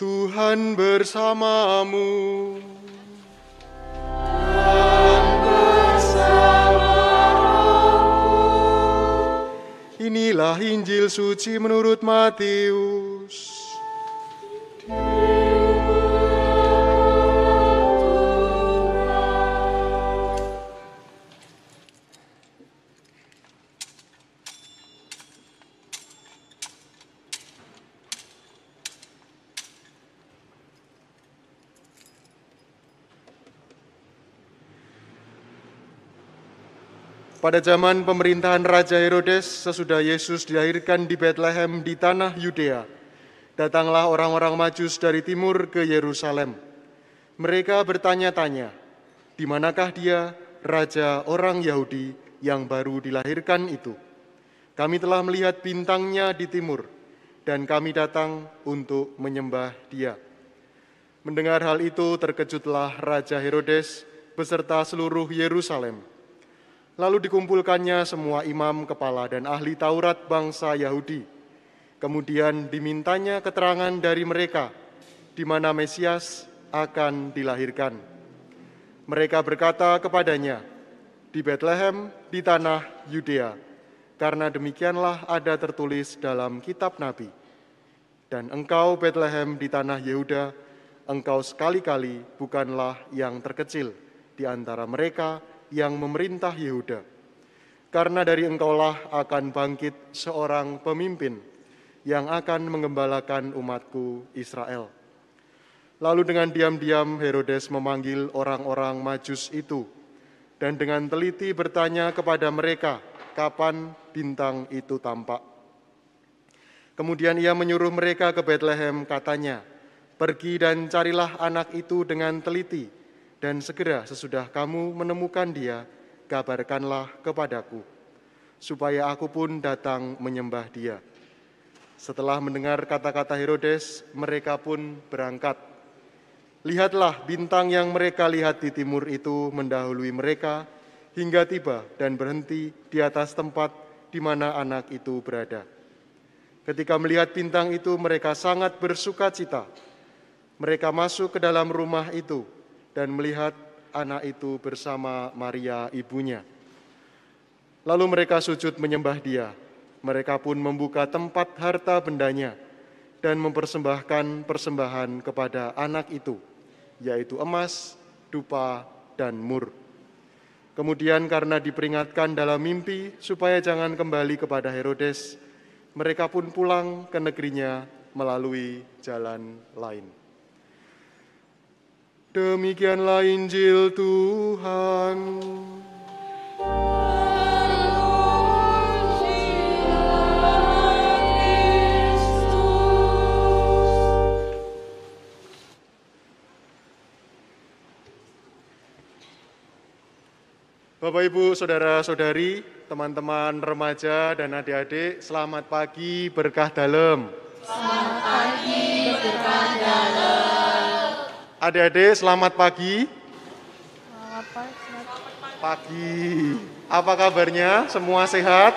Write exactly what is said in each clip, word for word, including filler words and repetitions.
Tuhan bersamamu. Tuhan bersamamu. Inilah Injil suci menurut Matius. Pada zaman pemerintahan Raja Herodes, sesudah Yesus dilahirkan di Betlehem di tanah Yudea, datanglah orang-orang Majus dari timur ke Yerusalem. Mereka bertanya-tanya, di manakah dia, Raja orang Yahudi yang baru dilahirkan itu? Kami telah melihat bintangnya di timur, dan kami datang untuk menyembah dia. Mendengar hal itu, terkejutlah Raja Herodes beserta seluruh Yerusalem. Lalu dikumpulkannya semua imam kepala dan ahli Taurat bangsa Yahudi. Kemudian dimintanya keterangan dari mereka di mana Mesias akan dilahirkan. Mereka berkata kepadanya, di Betlehem di tanah Yudea, karena demikianlah ada tertulis dalam kitab Nabi. Dan engkau Betlehem di tanah Yehuda, engkau sekali-kali bukanlah yang terkecil di antara mereka yang memerintah Yehuda, karena dari engkaulah akan bangkit seorang pemimpin yang akan mengembalakan umatku Israel. Lalu dengan diam-diam Herodes memanggil orang-orang Majus itu, dan dengan teliti bertanya kepada mereka kapan bintang itu tampak. Kemudian ia menyuruh mereka ke Betlehem, katanya, pergi dan carilah anak itu dengan teliti, dan segera sesudah kamu menemukan dia, kabarkanlah kepadaku, supaya aku pun datang menyembah dia. Setelah mendengar kata-kata Herodes, mereka pun berangkat. Lihatlah, bintang yang mereka lihat di timur itu mendahului mereka, hingga tiba dan berhenti di atas tempat di mana anak itu berada. Ketika melihat bintang itu, mereka sangat bersuka cita. Mereka masuk ke dalam rumah itu, dan melihat anak itu bersama Maria ibunya. Lalu mereka sujud menyembah dia. Mereka pun membuka tempat harta bendanya dan mempersembahkan persembahan kepada anak itu, yaitu emas, dupa, dan mur. Kemudian karena diperingatkan dalam mimpi supaya jangan kembali kepada Herodes, mereka pun pulang ke negerinya melalui jalan lain. Demikianlah Injil Tuhan. Bapak, Ibu, Saudara-saudari, teman-teman remaja dan adik-adik, selamat pagi berkah dalem. Selamat pagi berkah dalem. Adik-adik, selamat pagi. Selamat Pagi. Apa kabarnya? Semua sehat?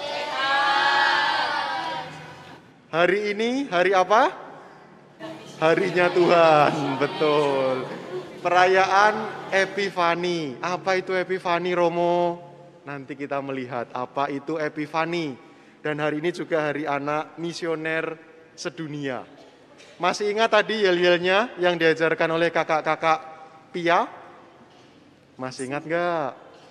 Sehat. Hari ini hari apa? Harinya Tuhan, betul. Perayaan Epifani. Apa itu Epifani, Romo? Nanti kita melihat apa itu Epifani. Dan hari ini juga hari anak misioner sedunia. Masih ingat tadi yel-yelnya yang diajarkan oleh kakak-kakak Pia? Masih ingat nggak?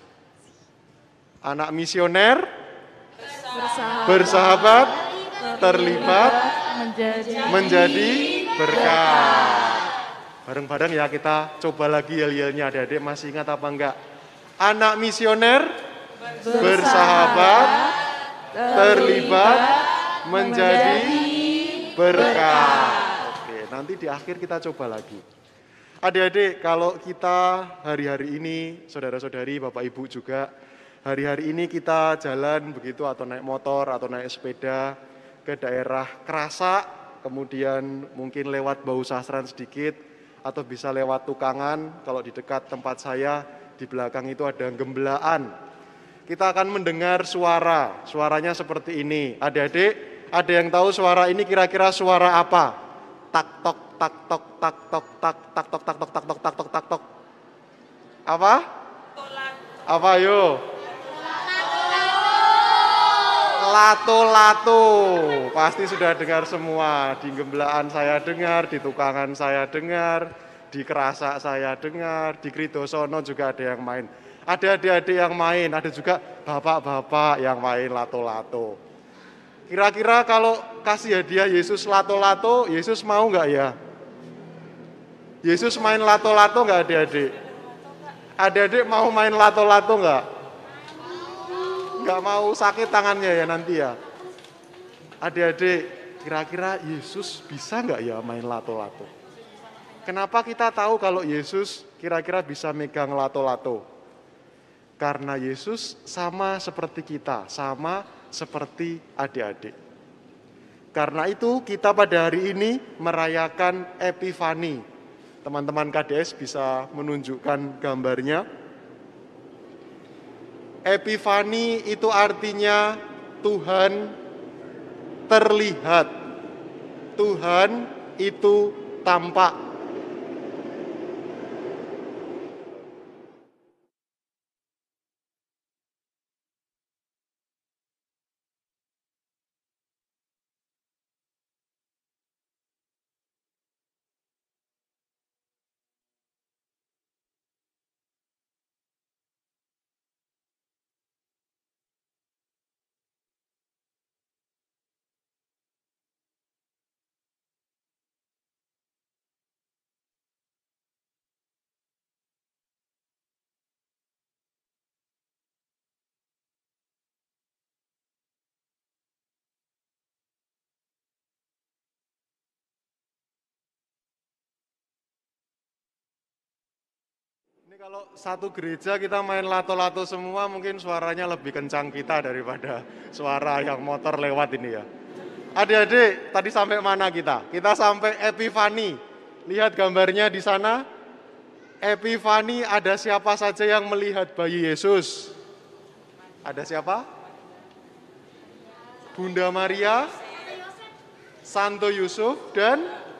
Anak misioner Bersahabat, bersahabat terlibat menjadi, menjadi berkat. Bareng-bareng ya kita coba lagi yel-yelnya, adik-adik masih ingat apa enggak? Anak misioner bersahabat terlibat menjadi berkat. Nanti di akhir kita coba lagi. Adik-adik, kalau kita hari-hari ini, saudara-saudari, Bapak Ibu juga, hari-hari ini kita jalan begitu atau naik motor atau naik sepeda ke daerah Kerasa, kemudian mungkin lewat Bau Sastran sedikit, atau bisa lewat Tukangan, kalau di dekat tempat saya, di belakang itu ada Gembelaan. Kita akan mendengar suara, suaranya seperti ini. Adik-adik, ada yang tahu suara ini kira-kira suara apa? Tak tok tak tok tak tok tak tak tok tak tok tak tok tak tok tak tok. Apa? Apa yo? Lato-lato. Pasti sudah dengar semua. Di gembelaan saya dengar, di tukangan saya dengar, di kerasak saya dengar, di Kridosono juga ada yang main. Ada adik-adik yang main, ada juga bapak-bapak yang main lato-lato. Kira-kira kalau kasih hadiah Yesus lato-lato, Yesus mau nggak ya? Yesus main lato-lato nggak adik-adik? Adik-adik mau main lato-lato nggak? Nggak mau, sakit tangannya ya nanti ya. Adik-adik, kira-kira Yesus bisa nggak ya main lato-lato? Kenapa kita tahu kalau Yesus kira-kira bisa megang lato-lato? Karena Yesus sama seperti kita, sama seperti adik-adik. Karena itu kita pada hari ini merayakan Epifani. Teman-teman K D S bisa menunjukkan gambarnya. Epifani itu artinya Tuhan terlihat. Tuhan itu tampak. Ini kalau satu gereja kita main lato-lato semua, mungkin suaranya lebih kencang kita daripada suara yang motor lewat ini ya. Adik-adik, tadi sampai mana kita? Kita sampai Epifani. Lihat gambarnya di sana. Epifani ada siapa saja yang melihat bayi Yesus? Ada siapa? Bunda Maria, Santo Yusuf, dan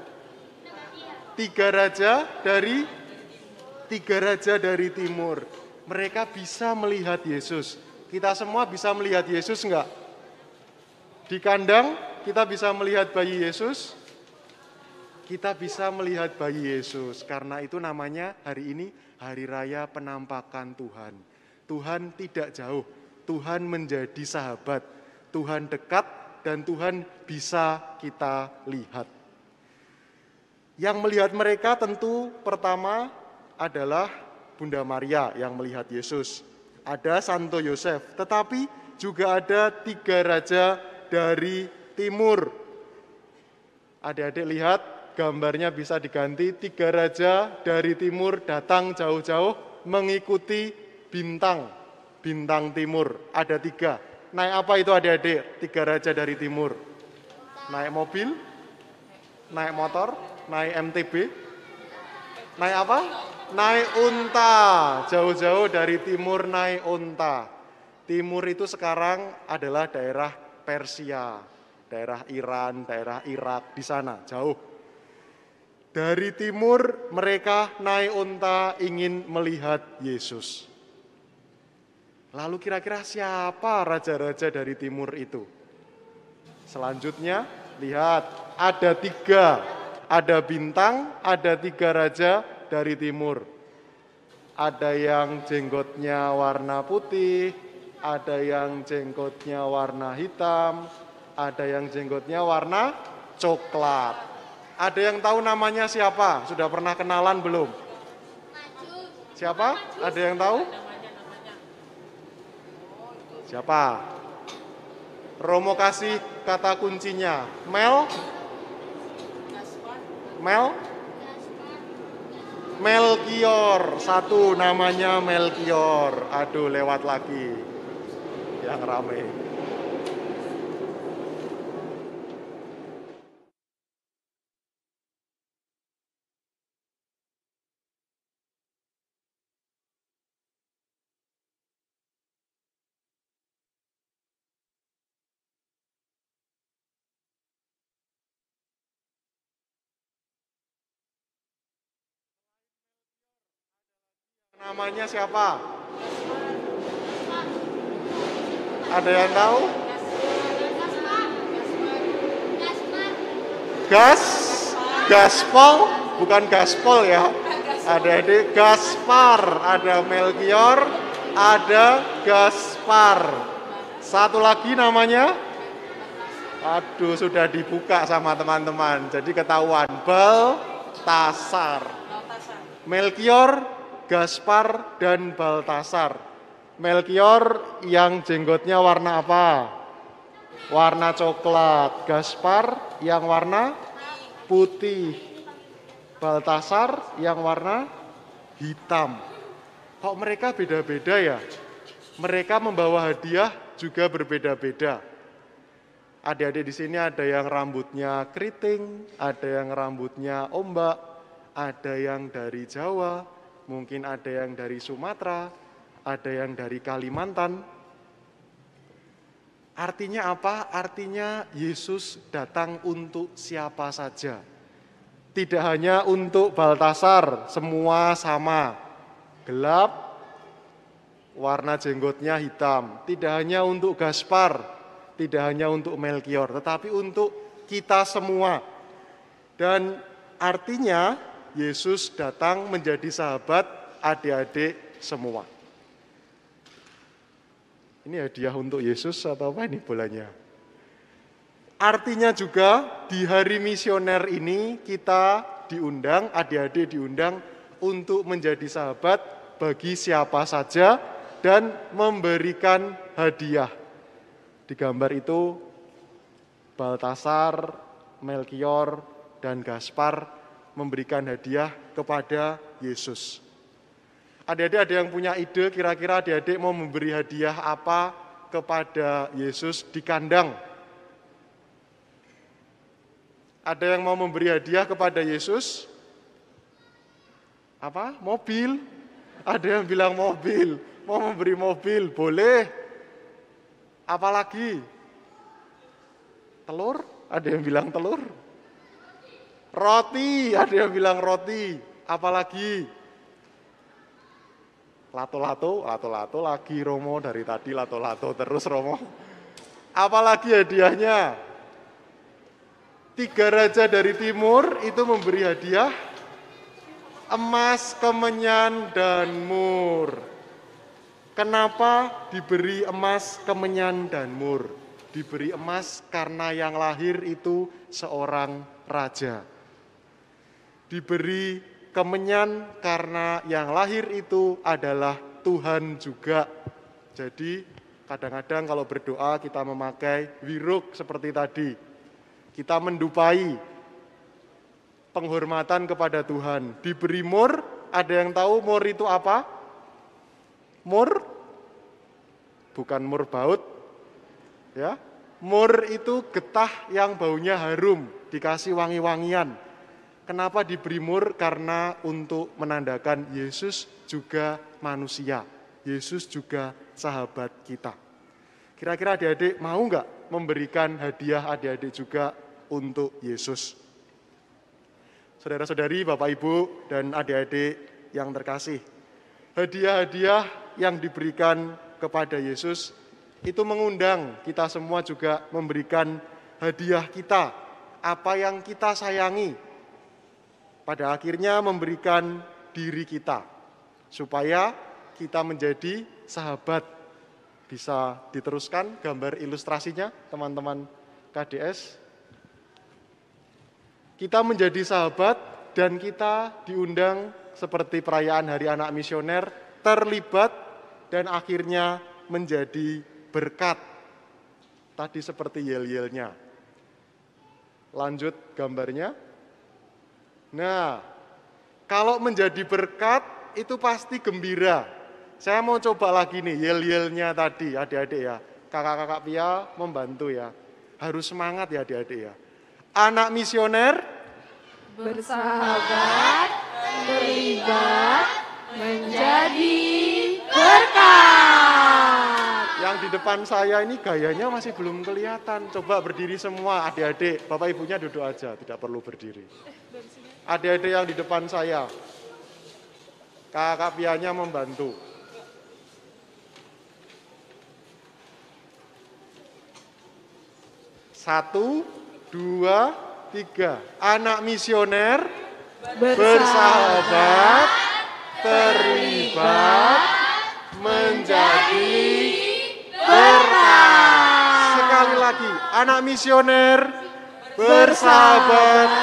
tiga raja dari tiga raja dari timur. Mereka bisa melihat Yesus. Kita semua bisa melihat Yesus enggak? Di kandang kita bisa melihat bayi Yesus. Kita bisa melihat bayi Yesus. Karena itu namanya hari ini Hari Raya Penampakan Tuhan. Tuhan tidak jauh. Tuhan menjadi sahabat. Tuhan dekat dan Tuhan bisa kita lihat. Yang melihat mereka tentu pertama adalah Bunda Maria yang melihat Yesus. Ada Santo Yosef, tetapi juga ada tiga raja dari timur. Adik-adik lihat, gambarnya bisa diganti. Tiga raja dari timur datang jauh-jauh mengikuti bintang. Bintang timur, ada tiga. Naik apa itu adik-adik? Tiga raja dari timur. Naik mobil, naik motor, naik M T B, naik apa? Naik unta, jauh-jauh dari timur naik unta. Timur itu sekarang adalah daerah Persia, daerah Iran, daerah Irak, di sana, jauh. Dari timur mereka naik unta ingin melihat Yesus. Lalu kira-kira siapa raja-raja dari timur itu? Selanjutnya, lihat, ada tiga, ada bintang, ada tiga raja dari timur. Ada yang jenggotnya warna putih, ada yang jenggotnya warna hitam, ada yang jenggotnya warna coklat. Ada yang tahu namanya siapa? Sudah pernah kenalan belum? Siapa? Ada yang tahu? Siapa? Romo kasih kata kuncinya. Mel? Mel? Melkior, satu namanya Melkior. Aduh, lewat lagi yang rame. Namanya siapa? Ada yang tahu? Gas, Gaspol, bukan Gaspol ya. Ada adik Gaspar, ada Melkior, ada Gaspar. Satu lagi namanya? Aduh, sudah dibuka sama teman-teman. Jadi ketahuan, Baltasar. Melkior, Gaspar, dan Baltasar. Melkior yang jenggotnya warna apa? Warna coklat. Gaspar yang warna putih. Baltasar yang warna hitam. Kok mereka beda-beda ya? Mereka membawa hadiah juga berbeda-beda. Adik-adik di sini ada yang rambutnya keriting, ada yang rambutnya ombak, ada yang dari Jawa, mungkin ada yang dari Sumatera, ada yang dari Kalimantan. Artinya apa? Artinya Yesus datang untuk siapa saja. Tidak hanya untuk Baltasar, semua sama. Gelap, warna jenggotnya hitam. Tidak hanya untuk Gaspar, tidak hanya untuk Melkior, tetapi untuk kita semua. Dan artinya Yesus datang menjadi sahabat adik-adik semua. Ini hadiah untuk Yesus atau apa ini bolanya? Artinya juga di hari misioner ini kita diundang, adik-adik diundang untuk menjadi sahabat bagi siapa saja dan memberikan hadiah. Di gambar itu Baltasar, Melkior, dan Gaspar memberikan hadiah kepada Yesus. Adik-adik ada yang punya ide kira-kira adik-adik mau memberi hadiah apa kepada Yesus di kandang? Ada yang mau memberi hadiah kepada Yesus? Apa? Mobil? Ada yang bilang mobil. Mau memberi mobil? Boleh. Apalagi? Telur? Ada yang bilang telur? Roti? Ada yang bilang roti. Apalagi? Lato-lato? Lato-lato lagi Romo dari tadi lato-lato terus Romo. Apalagi hadiahnya? Tiga raja dari timur itu memberi hadiah emas, kemenyan, dan mur. Kenapa diberi emas, kemenyan, dan mur? Diberi emas karena yang lahir itu seorang raja. Diberi kemenyan karena yang lahir itu adalah Tuhan juga. Jadi kadang-kadang kalau berdoa kita memakai wiruk seperti tadi. Kita mendupai penghormatan kepada Tuhan. Diberi mur, ada yang tahu mur itu apa? Mur? Bukan mur baut. Ya, mur itu getah yang baunya harum, dikasih wangi-wangian. Kenapa diberi mur? Karena untuk menandakan Yesus juga manusia. Yesus juga sahabat kita. Kira-kira adik-adik mau nggak memberikan hadiah adik-adik juga untuk Yesus? Saudara-saudari, Bapak Ibu, dan adik-adik yang terkasih, hadiah-hadiah yang diberikan kepada Yesus itu mengundang kita semua juga memberikan hadiah kita, apa yang kita sayangi, pada akhirnya memberikan diri kita, supaya kita menjadi sahabat. Bisa diteruskan gambar ilustrasinya, teman-teman K D S. Kita menjadi sahabat dan kita diundang seperti perayaan Hari Anak Misioner, terlibat dan akhirnya menjadi berkat. Tadi seperti yel-yelnya. Lanjut gambarnya. Nah, kalau menjadi berkat itu pasti gembira. Saya mau coba lagi nih yel-yelnya tadi, adik-adik ya. Kakak-kakak Pia membantu ya. Harus semangat ya adik-adik ya. Anak misioner bersahabat, terlibat, menjadi berkat. Yang di depan saya ini gayanya masih belum kelihatan. Coba berdiri semua adik-adik. Bapak ibunya duduk aja, tidak perlu berdiri. Adik-adik yang di depan saya. Kakak Pianya membantu. Satu, dua, tiga. Anak misioner bersahabat, terlibat, menjadi berkat. Sekali lagi, anak misioner bersahabat,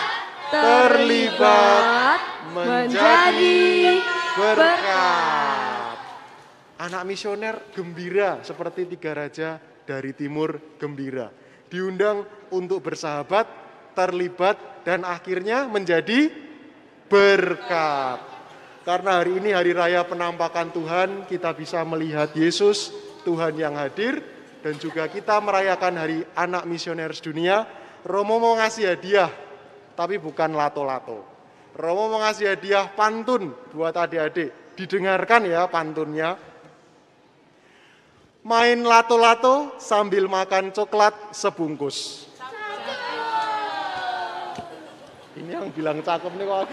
terlibat, menjadi berkat. Anak misioner gembira seperti tiga raja dari timur gembira. Diundang untuk bersahabat, terlibat, dan akhirnya menjadi berkat. Karena hari ini hari raya penampakan Tuhan, kita bisa melihat Yesus, Tuhan yang hadir, dan juga kita merayakan hari anak misioner sedunia. Romo mau ngasih hadiah, tapi bukan lato-lato. Romo mau ngasih hadiah pantun buat adik-adik. Didengarkan ya pantunnya. Main lato-lato sambil makan coklat sebungkus. Ini yang bilang cakep nih kok.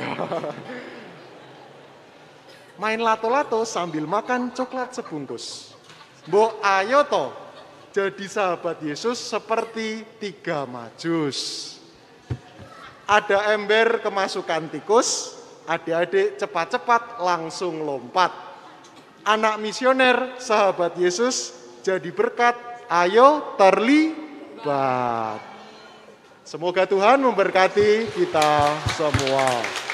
Main lato-lato sambil makan coklat sebungkus. Mbok ayo toh jadi sahabat Yesus seperti tiga majus. Ada ember kemasukan tikus, adik-adik cepat-cepat langsung lompat. Anak misioner sahabat Yesus jadi berkat, ayo terlibat. Semoga Tuhan memberkati kita semua.